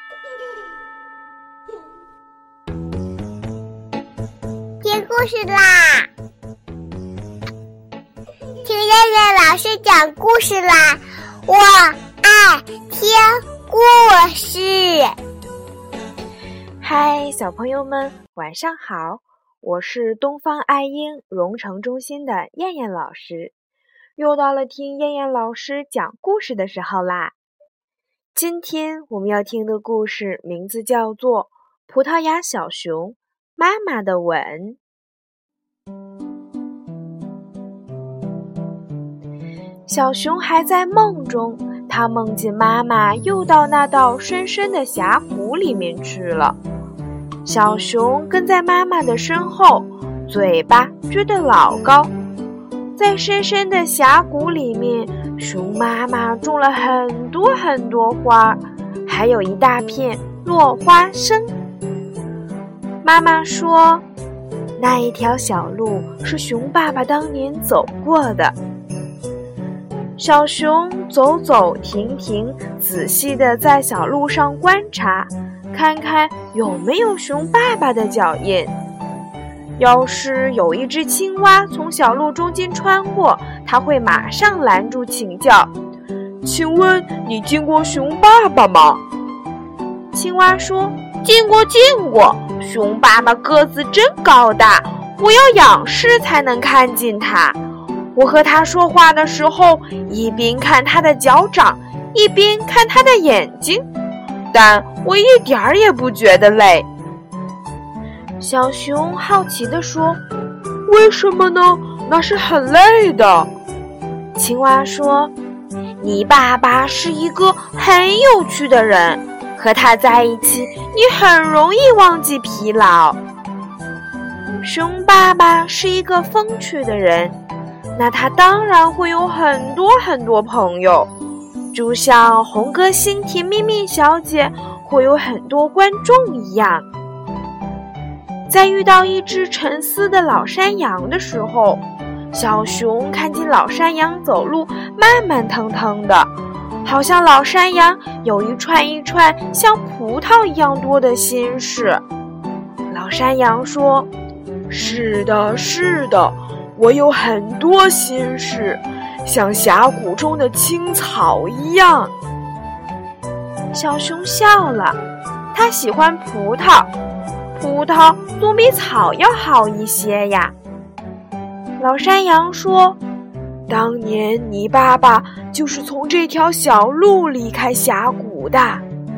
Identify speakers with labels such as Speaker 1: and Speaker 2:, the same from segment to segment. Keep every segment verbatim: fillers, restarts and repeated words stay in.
Speaker 1: 听故事啦！听燕燕老师讲故事啦！我爱听故事。
Speaker 2: 嗨，小朋友们，晚上好！我是东方爱婴蓉城中心的燕燕老师，又到了听燕燕老师讲故事的时候啦。今天我们要听的故事名字叫做《葡萄牙小熊妈妈的吻》。小熊还在梦中，它梦见妈妈又到那道深深的峡谷里面去了。小熊跟在妈妈的身后，嘴巴撅得老高。在深深的峡谷里面，熊妈妈种了很多很多花，还有一大片落花生。妈妈说，那一条小路是熊爸爸当年走过的。小熊走走停停，仔细地在小路上观察，看看有没有熊爸爸的脚印。要是有一只青蛙从小路中间穿过，它会马上拦住请教，请问你见过熊爸爸吗？青蛙说，见过见过，熊爸爸个子真高大，我要仰视才能看见他。我和他说话的时候，一边看他的脚掌，一边看他的眼睛，但我一点儿也不觉得累。小熊好奇地说，为什么呢？那是很累的。青蛙说，你爸爸是一个很有趣的人，和他在一起，你很容易忘记疲劳。熊爸爸是一个风趣的人，那他当然会有很多很多朋友，就像红歌星甜蜜蜜小姐会有很多观众一样。在遇到一只沉思的老山羊的时候，小熊看见老山羊走路慢慢腾腾的，好像老山羊有一串一串像葡萄一样多的心事。老山羊说，是的，是的，我有很多心事，像峡谷中的青草一样。小熊笑了，他喜欢葡萄，葡萄总比草要好一些呀。老山羊说，当年你爸爸就是从这条小路离开峡谷的。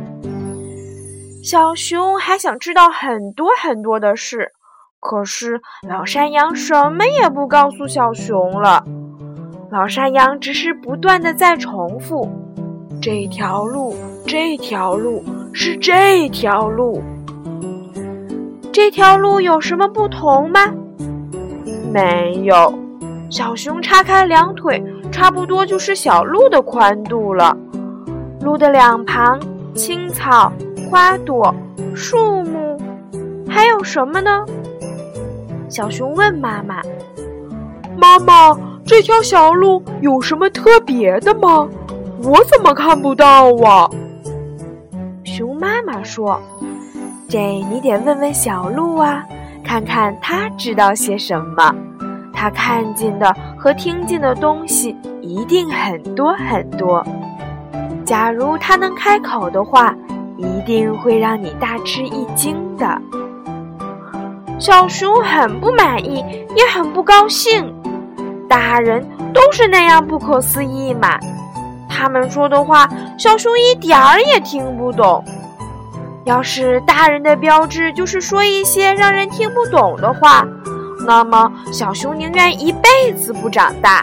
Speaker 2: 小熊还想知道很多很多的事，可是老山羊什么也不告诉小熊了。老山羊只是不断地在重复，这条路，这条路，是这条路。这条路有什么不同吗？没有。小熊叉开两腿，差不多就是小路的宽度了。路的两旁，青草、花朵、树木，还有什么呢？小熊问妈妈，妈妈，这条小路有什么特别的吗？我怎么看不到啊？熊妈妈说，这你得问问小鹿啊，看看它知道些什么。它看见的和听见的东西一定很多很多。假如它能开口的话，一定会让你大吃一惊的。小熊很不满意，也很不高兴。大人都是那样不可思议嘛，他们说的话，小熊一点儿也听不懂。要是大人的标志就是说一些让人听不懂的话，那么小熊宁愿一辈子不长大。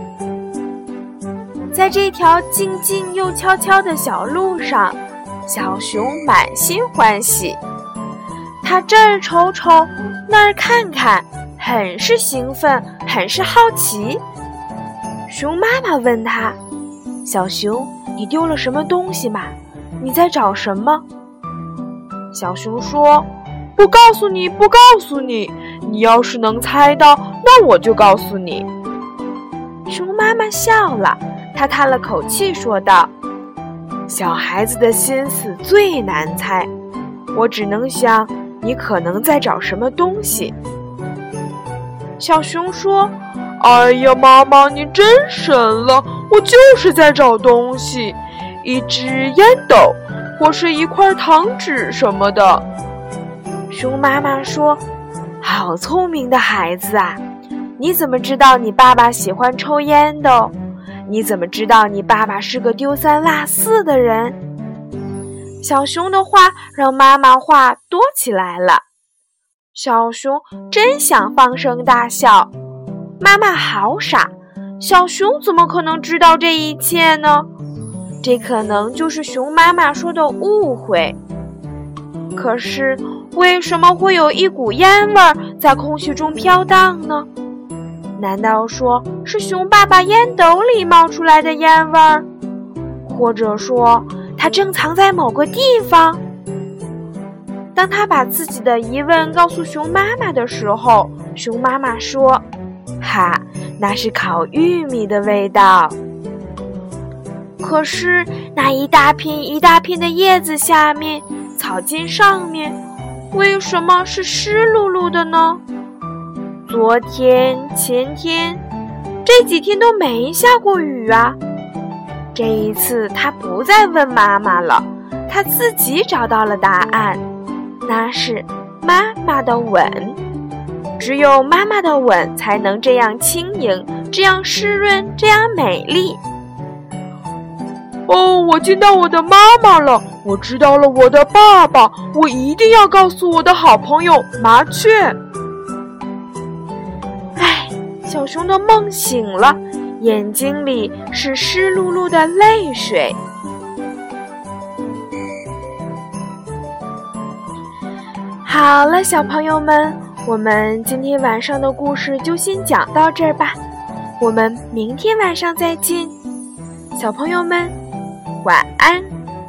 Speaker 2: 在这条静静又悄悄的小路上，小熊满心欢喜。他这儿瞅瞅，那儿看看，很是兴奋，很是好奇。熊妈妈问他，小熊，你丢了什么东西吗？你在找什么？小熊说，不告诉你，不告诉你，你要是能猜到，那我就告诉你。熊妈妈笑了，她叹了口气说道， 小孩子的心思最难猜，我只能想你可能在找什么东西。小熊说，哎呀，妈妈，你真神了，我就是在找东西，一支烟斗或是一块糖纸什么的。熊妈妈说，好聪明的孩子啊，你怎么知道你爸爸喜欢抽烟的？你怎么知道你爸爸是个丢三落四的人？小熊的话让妈妈话多起来了。小熊真想放声大笑，妈妈好傻，小熊怎么可能知道这一切呢？这可能就是熊妈妈说的误会。可是为什么会有一股烟味在空气中飘荡呢？难道说是熊爸爸烟斗里冒出来的烟味儿？或者说它正藏在某个地方？当他把自己的疑问告诉熊妈妈的时候，熊妈妈说，哈，那是烤玉米的味道。可是那一大片一大片的叶子下面，草茎上面，为什么是湿漉漉的呢？昨天、前天，这几天都没下过雨啊。这一次他不再问妈妈了，他自己找到了答案，那是妈妈的吻。只有妈妈的吻才能这样轻盈，这样湿润，这样美丽。哦，我见到我的妈妈了，我知道了我的爸爸，我一定要告诉我的好朋友麻雀。唉，小熊的梦醒了，眼睛里是湿漉漉的泪水。好了，小朋友们，我们今天晚上的故事就先讲到这儿吧，我们明天晚上再见，小朋友们晚安。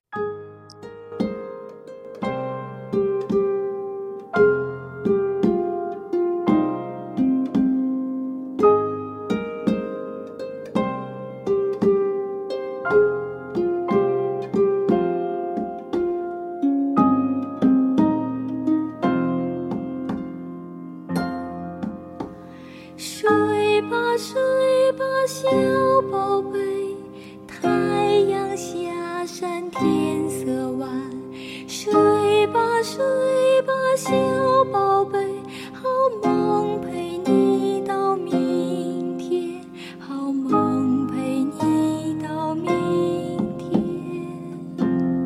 Speaker 3: 睡吧睡吧小宝贝，太阳下山天色晚，睡吧睡吧小宝贝，好梦陪你到明天，好梦陪你到明天。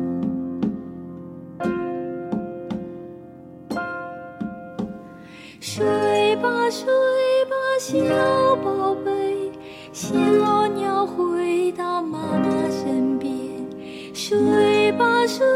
Speaker 3: 睡吧睡吧小宝贝，小鸟回到妈妈身边，睡吧睡